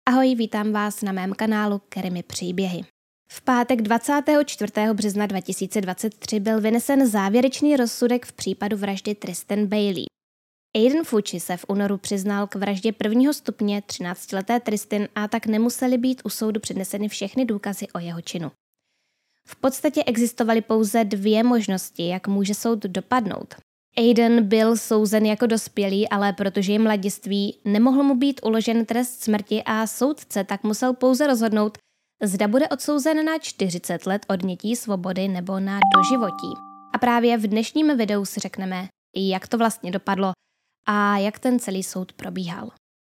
Ahoj, vítám vás na mém kanálu Kerrymi příběhy. V pátek 24. března 2023 byl vynesen závěrečný rozsudek v případu vraždy Tristan Bailey. Aiden Fucci se v únoru přiznal k vraždě prvního stupně 13leté Tristan a tak nemusely být u soudu předneseny všechny důkazy o jeho činu. V podstatě existovaly pouze dvě možnosti, jak může soud dopadnout. Aiden byl souzen jako dospělý, ale protože je mladiství, nemohl mu být uložen trest smrti a soudce tak musel pouze rozhodnout, zda bude odsouzen na 40 let odnětí svobody nebo na doživotí. A právě v dnešním videu si řekneme, jak to vlastně dopadlo a jak ten celý soud probíhal.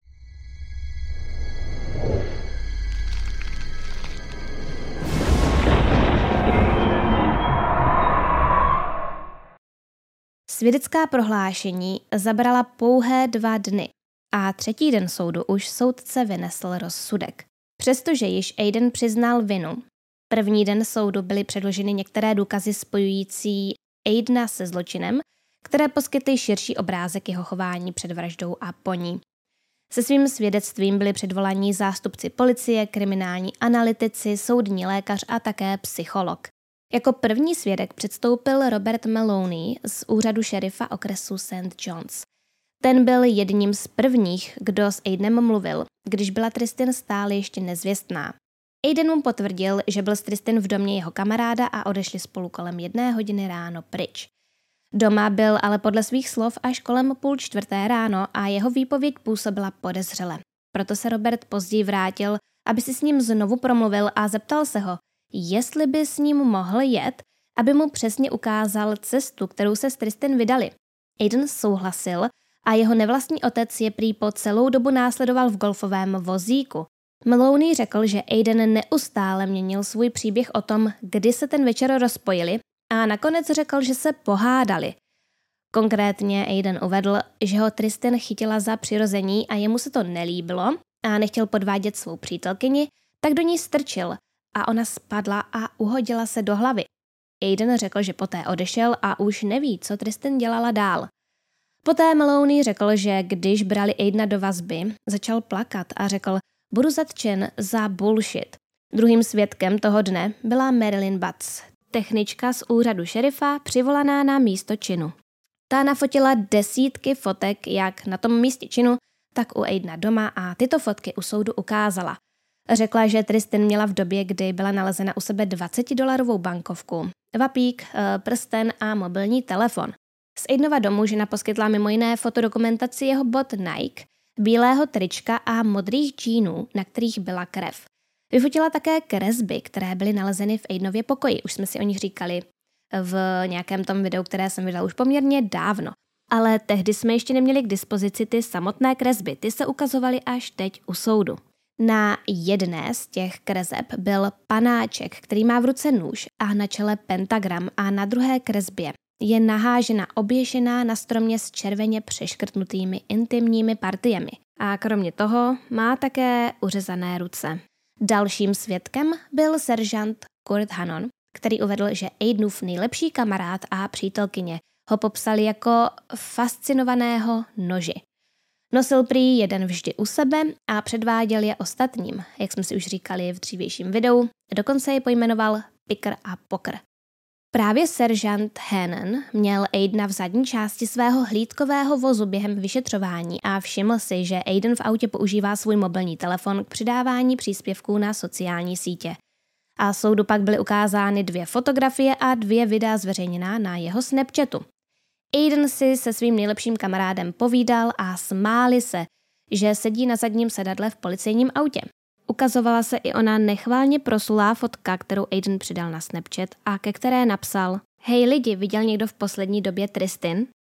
Svědecká prohlášení zabrala pouhé 2 dny a 3. den soudu už soudce vynesl rozsudek. Přestože již Aiden přiznal vinu, první den soudu byly předloženy některé důkazy spojující Aidena se zločinem, které poskytly širší obrázek jeho chování před vraždou a po ní. Se svým svědectvím byli předvolaní zástupci policie, kriminální analytici, soudní lékař a také psycholog. Jako první svědek předstoupil Robert Maloney z úřadu šerifa okresu St. John's. Ten byl jedním z prvních, kdo s Aidenem mluvil, když byla Tristan stále ještě nezvěstná. Aiden mu potvrdil, že byl s Tristan v domě jeho kamaráda a odešli spolu kolem 1 hodiny ráno pryč. Doma byl ale podle svých slov až kolem 3:30 ráno a jeho výpověď působila podezřele. Proto se Robert později vrátil, aby si s ním znovu promluvil a zeptal se ho, jestli by s ním mohl jet, aby mu přesně ukázal cestu, kterou se s Tristan vydali. Aiden souhlasil a jeho nevlastní otec je prý po celou dobu následoval v golfovém vozíku. Maloney řekl, že Aiden neustále měnil svůj příběh o tom, kdy se ten večer rozpojili a nakonec řekl, že se pohádali. Konkrétně Aiden uvedl, že ho Tristan chytila za přirození a jemu se to nelíbilo a nechtěl podvádět svou přítelkyni, tak do ní strčil a ona spadla a uhodila se do hlavy. Aiden řekl, že poté odešel a už neví, co Tristan dělala dál. Poté Maloney řekl, že když brali Aidena do vazby, začal plakat a řekl, budu zatčen za bullshit. Druhým svědkem toho dne byla Marilyn Butts, technička z úřadu šerifa přivolaná na místo činu. Ta nafotila desítky fotek jak na tom místě činu, tak u Aidena doma a tyto fotky u soudu ukázala. Řekla, že Tristan měla v době, kdy byla nalezena u sebe $20 bankovku, vapík, prsten a mobilní telefon. Z Aidenova domu žena poskytla mimo jiné fotodokumentaci jeho bot Nike, bílého trička a modrých džínů, na kterých byla krev. Vyfotila také kresby, které byly nalezeny v Aidenově pokoji. Už jsme si o nich říkali v nějakém tom videu, které jsem vydala už poměrně dávno. Ale tehdy jsme ještě neměli k dispozici ty samotné kresby, ty se ukazovaly až teď u soudu. Na jedné z těch kreseb byl panáček, který má v ruce nůž a na čele pentagram a na druhé kresbě je nahá žena oběšená na stromě s červeně přeškrtnutými intimními partiemi. A kromě toho má také uřezané ruce. Dalším svědkem byl seržant Kurt Hannon, který uvedl, že Aidenův nejlepší kamarád a přítelkyně ho popsali jako fascinovaného noži. Nosil prý jeden vždy u sebe a předváděl je ostatním, jak jsme si už říkali v dřívějším videu, dokonce je pojmenoval Picker a Poker. Právě seržant Hannon měl Aidena v zadní části svého hlídkového vozu během vyšetřování a všiml si, že Aiden v autě používá svůj mobilní telefon k přidávání příspěvků na sociální sítě. A soudu pak byly ukázány 2 fotografie a 2 videa zveřejněná na jeho Snapchatu. Aiden si se svým nejlepším kamarádem povídal a smáli se, že sedí na zadním sedadle v policejním autě. Ukazovala se i ona nechválně proslulá fotka, kterou Aiden přidal na Snapchat a ke které napsal: Hej lidi, viděl někdo v poslední době Tristan?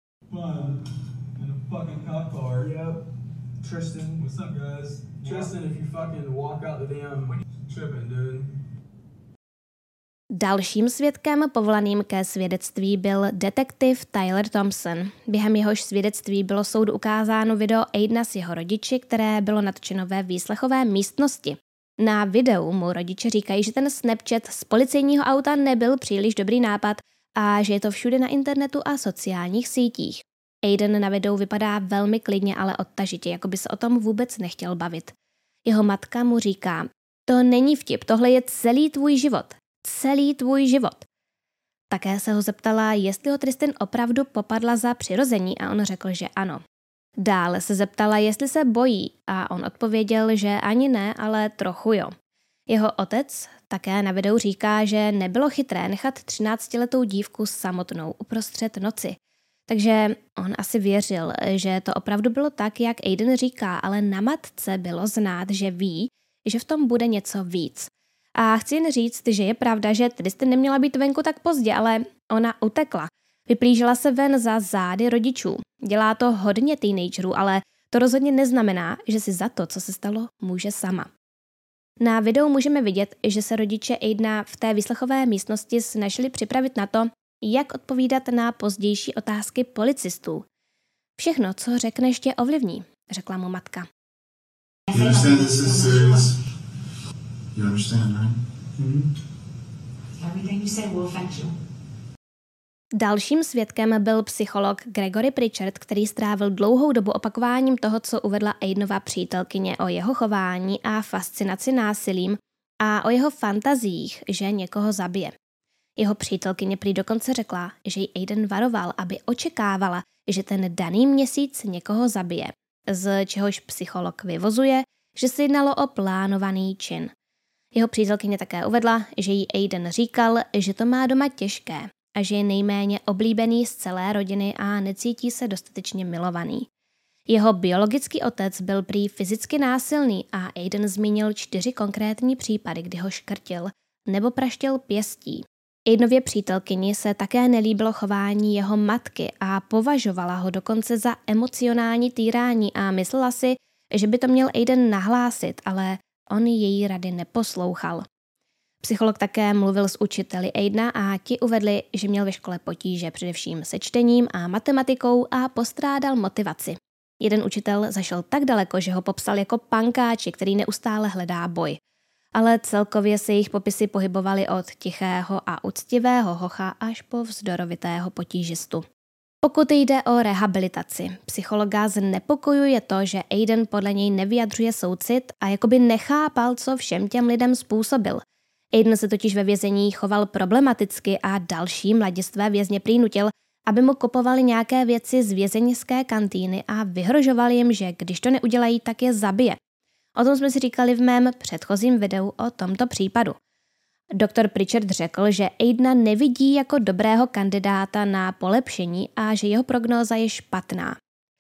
Dalším svědkem povolaným ke svědectví byl detektiv Tyler Thompson. Během jehož svědectví bylo soudu ukázáno video Aidena s jeho rodiči, které bylo natočeno ve výslechové místnosti. Na videu mu rodiče říkají, že ten Snapchat z policejního auta nebyl příliš dobrý nápad a že je to všude na internetu a sociálních sítích. Aiden na videu vypadá velmi klidně, ale odtažitě, jako by se o tom vůbec nechtěl bavit. Jeho matka mu říká, to není vtip, tohle je celý tvůj život. Celý tvůj život. Také se ho zeptala, jestli ho Tristan opravdu popadla za přirození a on řekl, že ano. Dále se zeptala, jestli se bojí a on odpověděl, že ani ne, ale trochu jo. Jeho otec také na videu říká, že nebylo chytré nechat 13letou dívku samotnou uprostřed noci. Takže on asi věřil, že to opravdu bylo tak, jak Aiden říká, ale na matce bylo znát, že ví, že v tom bude něco víc. A chci jen říct, že je pravda, že Tristan neměla být venku tak pozdě, ale ona utekla. Vyplížila se ven za zády rodičů. Dělá to hodně teenagerů, ale to rozhodně neznamená, že si za to, co se stalo, může sama. Na videu můžeme vidět, že se rodiče Aidena v té výslechové místnosti snažili připravit na to, jak odpovídat na pozdější otázky policistů. Všechno, co řekneš, tě ovlivní, řekla mu matka. Dalším svědkem byl psycholog Gregory Pritchard, který strávil dlouhou dobu opakováním toho, co uvedla Aidenova přítelkyně o jeho chování a fascinaci násilím a o jeho fantaziích, že někoho zabije. Jeho přítelkyně prý dokonce řekla, že jí Aiden varoval, aby očekávala, že ten daný měsíc někoho zabije, z čehož psycholog vyvozuje, že se jednalo o plánovaný čin. Jeho přítelkyně také uvedla, že jí Aiden říkal, že to má doma těžké a že je nejméně oblíbený z celé rodiny a necítí se dostatečně milovaný. Jeho biologický otec byl prý fyzicky násilný a Aiden zmínil 4 konkrétní případy, kdy ho škrtil nebo praštil pěstí. Aidenově přítelkyni se také nelíbilo chování jeho matky a považovala ho dokonce za emocionální týrání a myslela si, že by to měl Aiden nahlásit, ale on její rady neposlouchal. Psycholog také mluvil s učiteli Aidena a ti uvedli, že měl ve škole potíže především se čtením a matematikou a postrádal motivaci. Jeden učitel zašel tak daleko, že ho popsal jako pankáče, který neustále hledá boj. Ale celkově se jejich popisy pohybovaly od tichého a úctivého hocha až po vzdorovitého potížistu. Pokud jde o rehabilitaci, psychologa znepokojuje to, že Aiden podle něj nevyjadřuje soucit a jakoby nechápal, co všem těm lidem způsobil. Aiden se totiž ve vězení choval problematicky a další mladistvé vězně prý nutil, aby mu kupovali nějaké věci z vězeňské kantýny a vyhrožoval jim, že když to neudělají, tak je zabije. O tom jsme si říkali v mém předchozím videu o tomto případu. Doktor Pritchard řekl, že Aidena nevidí jako dobrého kandidáta na polepšení a že jeho prognóza je špatná.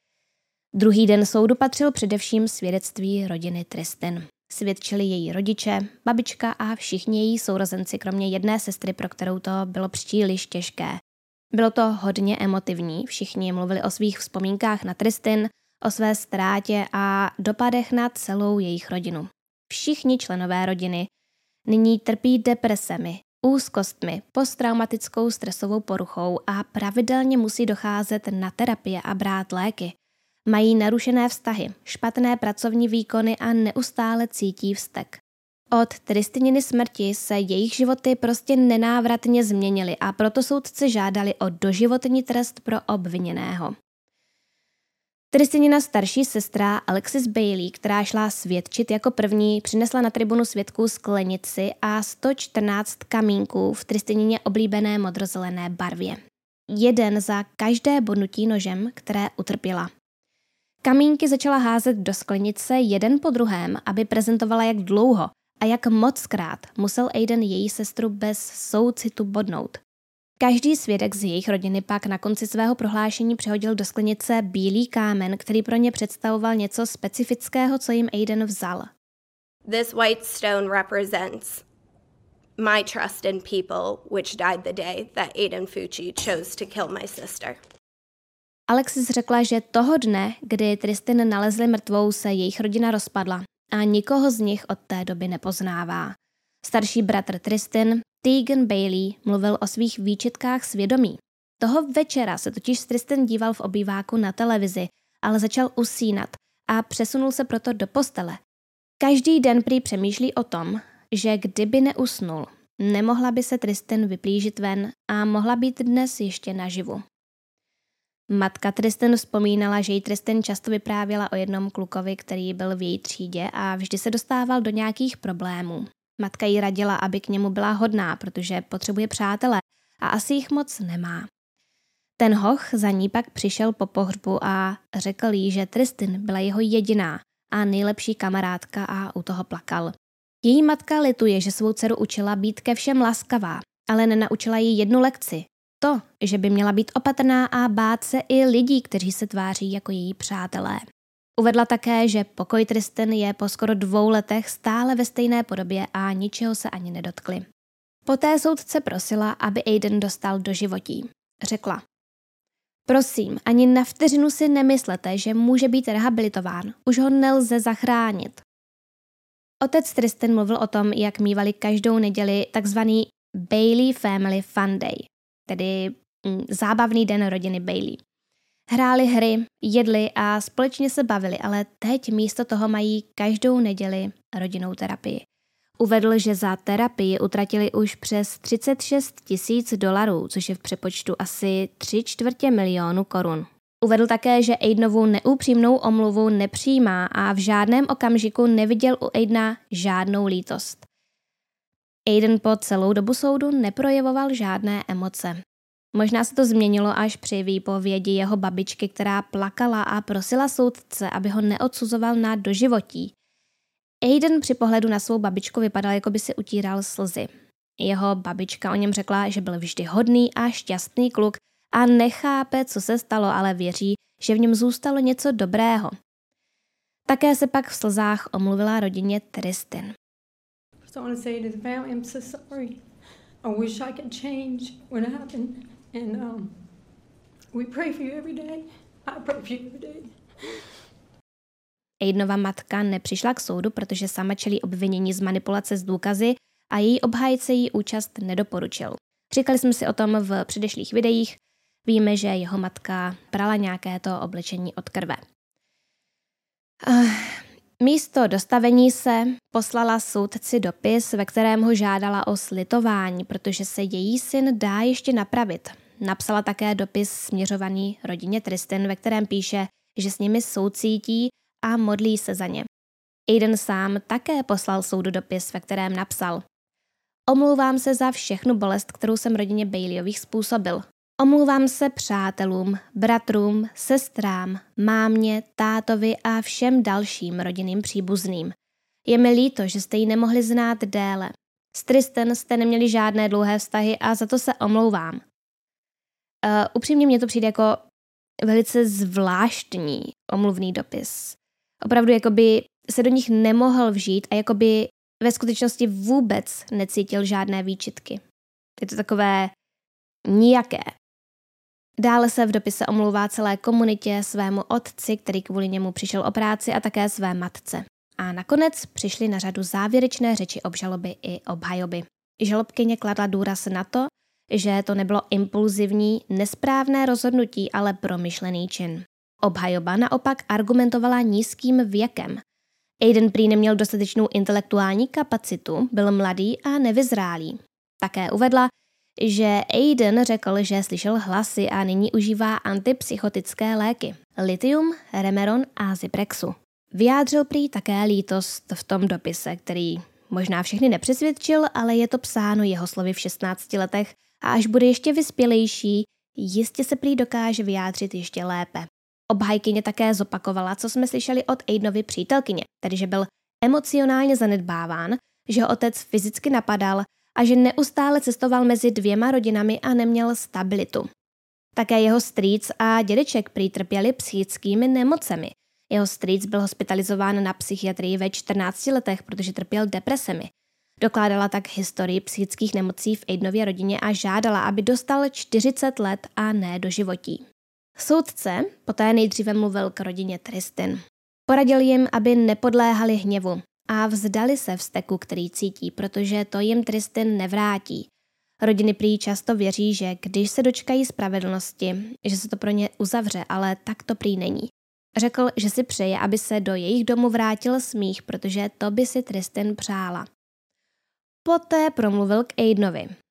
Druhý den soudu patřil především svědectví rodiny Tristan. Svědčili její rodiče, babička a všichni její sourozenci, kromě jedné sestry, pro kterou to bylo příliš těžké. Bylo to hodně emotivní, všichni mluvili o svých vzpomínkách na Tristan, o své ztrátě a dopadech na celou jejich rodinu. Všichni členové rodiny nyní trpí depresemi, úzkostmi, posttraumatickou stresovou poruchou a pravidelně musí docházet na terapie a brát léky. Mají narušené vztahy, špatné pracovní výkony a neustále cítí vztek. Od Tristaniny smrti se jejich životy prostě nenávratně změnily a proto soudci žádali o doživotní trest pro obviněného. Tristanina starší sestra Alexis Bailey, která šla svědčit jako první, přinesla na tribunu svědků sklenici a 114 kamínků v Tristanině oblíbené modrozelené barvě. Jeden za každé bodnutí nožem, které utrpěla. Kamínky začala házet do sklenice jeden po druhém, aby prezentovala, jak dlouho a jak mockrát musel Aiden její sestru bez soucitu bodnout. Každý svědek z jejich rodiny pak na konci svého prohlášení přehodil do sklenice bílý kámen, který pro ně představoval něco specifického, co jim Aiden vzal. This white stone represents my trust in people, which died the day that Aiden Fucci chose to kill my sister. Alexis řekla, že toho dne, kdy Tristan nalezli mrtvou, se jejich rodina rozpadla a nikoho z nich od té doby nepoznává. Starší bratr Tristan, Tegan Bailey, mluvil o svých výčitkách svědomí. Toho večera se totiž Tristan díval v obýváku na televizi, ale začal usínat a přesunul se proto do postele. Každý den prý přemýšlí o tom, že kdyby neusnul, nemohla by se Tristan vyplížit ven a mohla být dnes ještě naživu. Matka Tristan vzpomínala, že jí Tristan často vyprávěla o jednom klukovi, který byl v její třídě a vždy se dostával do nějakých problémů. Matka jí radila, aby k němu byla hodná, protože potřebuje přátele a asi jich moc nemá. Ten hoch za ní pak přišel po pohřbu a řekl jí, že Tristan byla jeho jediná a nejlepší kamarádka a u toho plakal. Její matka lituje, že svou dceru učila být ke všem laskavá, ale nenaučila jí jednu lekci. To, že by měla být opatrná a bát se i lidí, kteří se tváří jako její přátelé. Uvedla také, že pokoj Tristan je po skoro 2 letech stále ve stejné podobě a ničeho se ani nedotkli. Poté soudce prosila, aby Aiden dostal doživotí. Řekla: prosím, ani na vteřinu si nemyslete, že může být rehabilitován. Už ho nelze zachránit. Otec Tristan mluvil o tom, jak mívali každou neděli takzvaný Bailey Family Fun Day, tedy zábavný den rodiny Bailey. Hráli hry, jedli a společně se bavili, ale teď místo toho mají každou neděli rodinnou terapii. Uvedl, že za terapii utratili už přes $36 000, což je v přepočtu asi 3/4 milionu korun. Uvedl také, že Aidenovu neupřímnou omluvu nepřijímá a v žádném okamžiku neviděl u Aidena žádnou lítost. Aiden po celou dobu soudu neprojevoval žádné emoce. Možná se to změnilo až při výpovědi jeho babičky, která plakala a prosila soudce, aby ho neodsuzoval na doživotí. Aiden při pohledu na svou babičku vypadal, jako by si utíral slzy. Jeho babička o něm řekla, že byl vždy hodný a šťastný kluk a nechápe, co se stalo, ale věří, že v něm zůstalo něco dobrého. Také se pak v slzách omluvila rodině Tristan. So I want to say to the family, I'm so sorry. I wish I could change what happened. And we pray for you every day. I pray for you every day. Aidenova matka nepřišla k soudu, protože sama čelí obvinění z manipulace s důkazy a její obhájce jí účast nedoporučil. Říkali jsme si o tom v předešlých videích. Víme, že jeho matka prala nějaké to oblečení od krve. Místo dostavení se poslala soudci dopis, ve kterém ho žádala o slitování, protože se její syn dá ještě napravit. Napsala také dopis směřovaný rodině Tristan, ve kterém píše, že s nimi soucítí a modlí se za ně. Aiden sám také poslal soudu dopis, ve kterém napsal: omlouvám se za všechnu bolest, kterou jsem rodině Baileyových způsobil. Omlouvám se přátelům, bratrům, sestrám, mámě, tátovi a všem dalším rodinným příbuzným. Je mi líto, že jste ji nemohli znát déle. S Tristan jste neměli žádné dlouhé vztahy a za to se omlouvám. Upřímně mně to přijde jako velice zvláštní omluvný dopis. Opravdu jakoby se do nich nemohl vžít a jakoby ve skutečnosti vůbec necítil žádné výčitky. Je to takové nijaké. Dále se v dopise omlouvá celé komunitě, svému otci, který kvůli němu přišel o práci, a také své matce. A nakonec přišly na řadu závěrečné řeči obžaloby i obhajoby. Žalobkyně kladla důraz na to, že to nebylo impulzivní, nesprávné rozhodnutí, ale promyšlený čin. Obhajoba naopak argumentovala nízkým věkem. Aiden prý neměl dostatečnou intelektuální kapacitu, byl mladý a nevyzrálý. Také uvedla, že Aiden řekl, že slyšel hlasy a nyní užívá antipsychotické léky Lithium, Remeron a Zyprexu. Vyjádřil prý také lítost v tom dopise, který možná všechny nepřesvědčil, ale je to psáno jeho slovy v 16 letech a až bude ještě vyspělejší, jistě se prý dokáže vyjádřit ještě lépe. Obhajkyně také zopakovala, co jsme slyšeli od Aidenovy přítelkyně, tedy že byl emocionálně zanedbáván, že ho otec fyzicky napadal a že neustále cestoval mezi 2 rodinami a neměl stabilitu. Také jeho strýc a dědeček prý trpěli psychickými nemocemi. Jeho strýc byl hospitalizován na psychiatrii ve 14 letech, protože trpěl depresemi. Dokládala tak historii psychických nemocí v Aidenově rodině a žádala, aby dostal 40 let a ne doživotí. Soudce poté nejdříve mluvil k rodině Tristan. Poradil jim, aby nepodléhali hněvu a vzdali se vzteku, který cítí, protože to jim Tristan nevrátí. Rodiny prý často věří, že když se dočkají spravedlnosti, že se to pro ně uzavře, ale tak to prý není. Řekl, že si přeje, aby se do jejich domu vrátil smích, protože to by si Tristan přála. Poté promluvil k Aidenovi.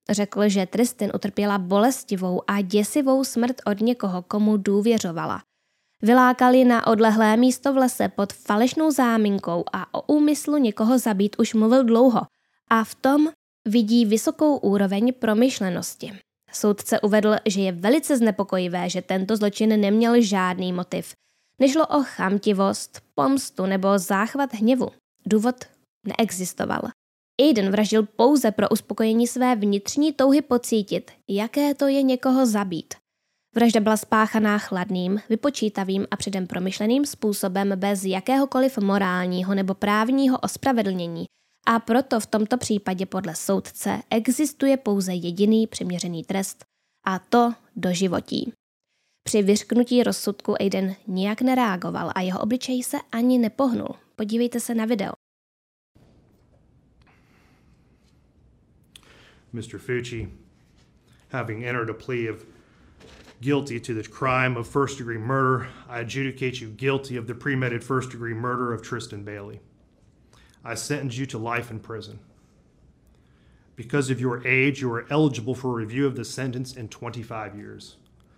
Řekl, že Tristan utrpěla bolestivou a děsivou smrt od někoho, komu důvěřovala. Vylákal ji na odlehlé místo v lese pod falešnou záminkou a o úmyslu někoho zabít už mluvil dlouho a v tom vidí vysokou úroveň promyšlenosti. Soudce uvedl, že je velice znepokojivé, že tento zločin neměl žádný motiv. Nešlo o chamtivost, pomstu nebo záchvat hněvu. Důvod neexistoval. Aiden vraždil pouze pro uspokojení své vnitřní touhy pocítit, jaké to je někoho zabít. Vražda byla spáchaná chladným, vypočítavým a předem promyšleným způsobem bez jakéhokoliv morálního nebo právního ospravedlnění a proto v tomto případě podle soudce existuje pouze jediný přiměřený trest a to doživotí. Při vyřknutí rozsudku Aiden nijak nereagoval a jeho obličej se ani nepohnul. Podívejte se na video. Mr. Fucci, having entered a plea of guilty to the crime of first-degree murder, I adjudicate you guilty of the premeditated first-degree murder of Tristan Bailey. I sentence you to life in prison. Because of your age, you are eligible for a review of the sentence in 25 years.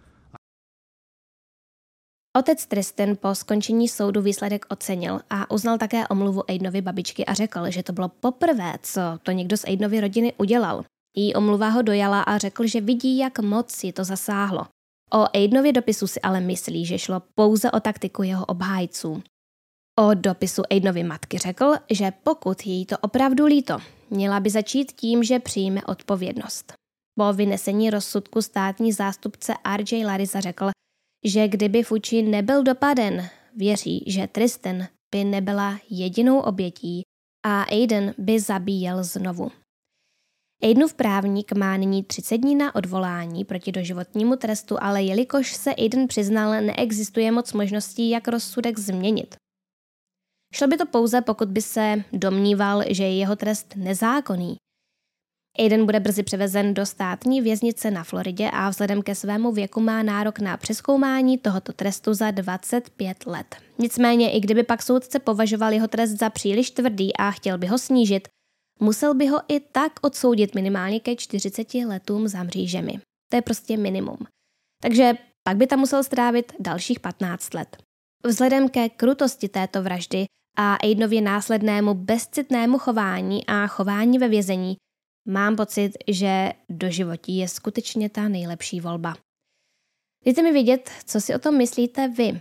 Otec Tristan po skončení soudu výsledek ocenil a uznal také omluvu Aidenovi babičky a řekl, že to bylo poprvé, co to někdo z Aidenovy rodiny udělal. Její omluva ho dojala a řekl, že vidí, jak moc ji to zasáhlo. O Aidenově dopisu si ale myslí, že šlo pouze o taktiku jeho obhájců. O dopisu Aidenovy matky řekl, že pokud jí to opravdu líto, měla by začít tím, že přijme odpovědnost. Po vynesení rozsudku státní zástupce R.J. Larisa řekl, že kdyby Fucci nebyl dopaden, věří, že Tristan by nebyla jedinou obětí a Aiden by zabíjel znovu. Aidenův právník má nyní 30 dní na odvolání proti doživotnímu trestu, ale jelikož se Aiden přiznal, neexistuje moc možností, jak rozsudek změnit. Šlo by to pouze, pokud by se domníval, že je jeho trest nezákonný. Aiden bude brzy převezen do státní věznice na Floridě a vzhledem ke svému věku má nárok na přezkoumání tohoto trestu za 25 let. Nicméně, i kdyby pak soudce považoval jeho trest za příliš tvrdý a chtěl by ho snížit, musel by ho i tak odsoudit minimálně ke 40 letům za mřížemi. To je prostě minimum. Takže pak by tam musel strávit dalších 15 let. Vzhledem ke krutosti této vraždy a Aidenově následnému bezcitnému chování a chování ve vězení mám pocit, že doživotí je skutečně ta nejlepší volba. Dejte mi vědět, co si o tom myslíte vy.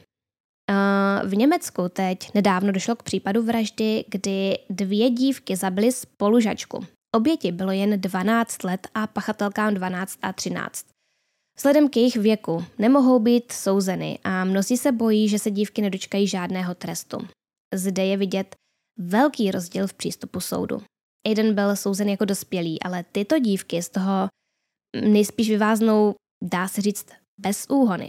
V Německu teď nedávno došlo k případu vraždy, kdy 2 dívky zabily spolužačku. Oběti bylo jen 12 let a pachatelkám 12 a 13. Vzhledem k jejich věku nemohou být souzeny a mnozí se bojí, že se dívky nedočkají žádného trestu. Zde je vidět velký rozdíl v přístupu soudu. Aiden byl souzen jako dospělý, ale tyto dívky z toho nejspíš vyváznou, dá se říct, bez úhony.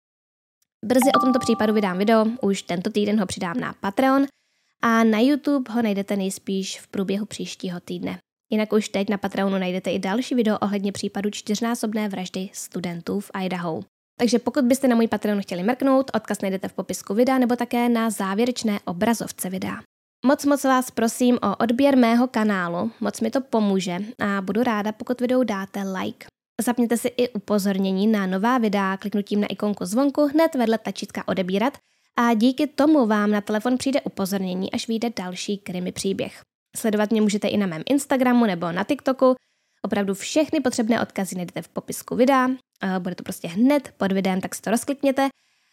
Brzy o tomto případu vydám video, už tento týden ho přidám na Patreon a na YouTube ho najdete nejspíš v průběhu příštího týdne. Jinak už teď na Patreonu najdete i další video ohledně případu 4násobné vraždy studentů v Idaho. Takže pokud byste na můj Patreon chtěli mrknout, odkaz najdete v popisku videa nebo také na závěrečné obrazovce videa. Moc vás prosím o odběr mého kanálu, moc mi to pomůže a budu ráda, pokud videu dáte like. Zapněte si i upozornění na nová videa kliknutím na ikonku zvonku hned vedle tlačítka odebírat a díky tomu vám na telefon přijde upozornění, až vyjde další krimi příběh. Sledovat mě můžete i na mém Instagramu nebo na TikToku. Opravdu všechny potřebné odkazy najdete v popisku videa. Bude to prostě hned pod videem, tak si to rozklikněte.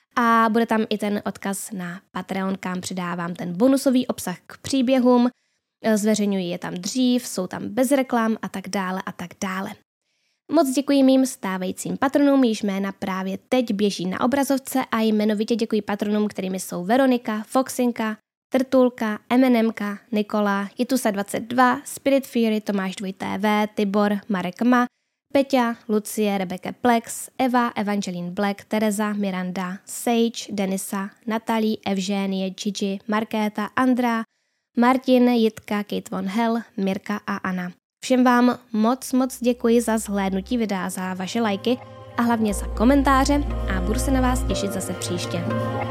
A bude tam i ten odkaz na Patreon, kam přidávám ten bonusový obsah k příběhům. Zveřejňuji je tam dřív, jsou tam bez reklam a tak dále a tak dále. Moc děkuji mým stávajícím patronům, již jména právě teď běží na obrazovce a jmenovitě děkuji patronům, kterými jsou Veronika, Foxinka, Trtulka, MNMka, Nikola, Jitusa22, Spirit Fury, Tomáš 2TV, Tibor, Marek Ma, Peťa, Lucie, Rebecca Plex, Eva, Evangeline Black, Tereza, Miranda, Sage, Denisa, Natalie, Evženie, Gigi, Markéta, Andrá, Martin, Jitka, Kate Von Hell, Mirka a Anna. Všem vám moc děkuji za zhlédnutí videa, za vaše lajky a hlavně za komentáře a budu se na vás těšit zase příště.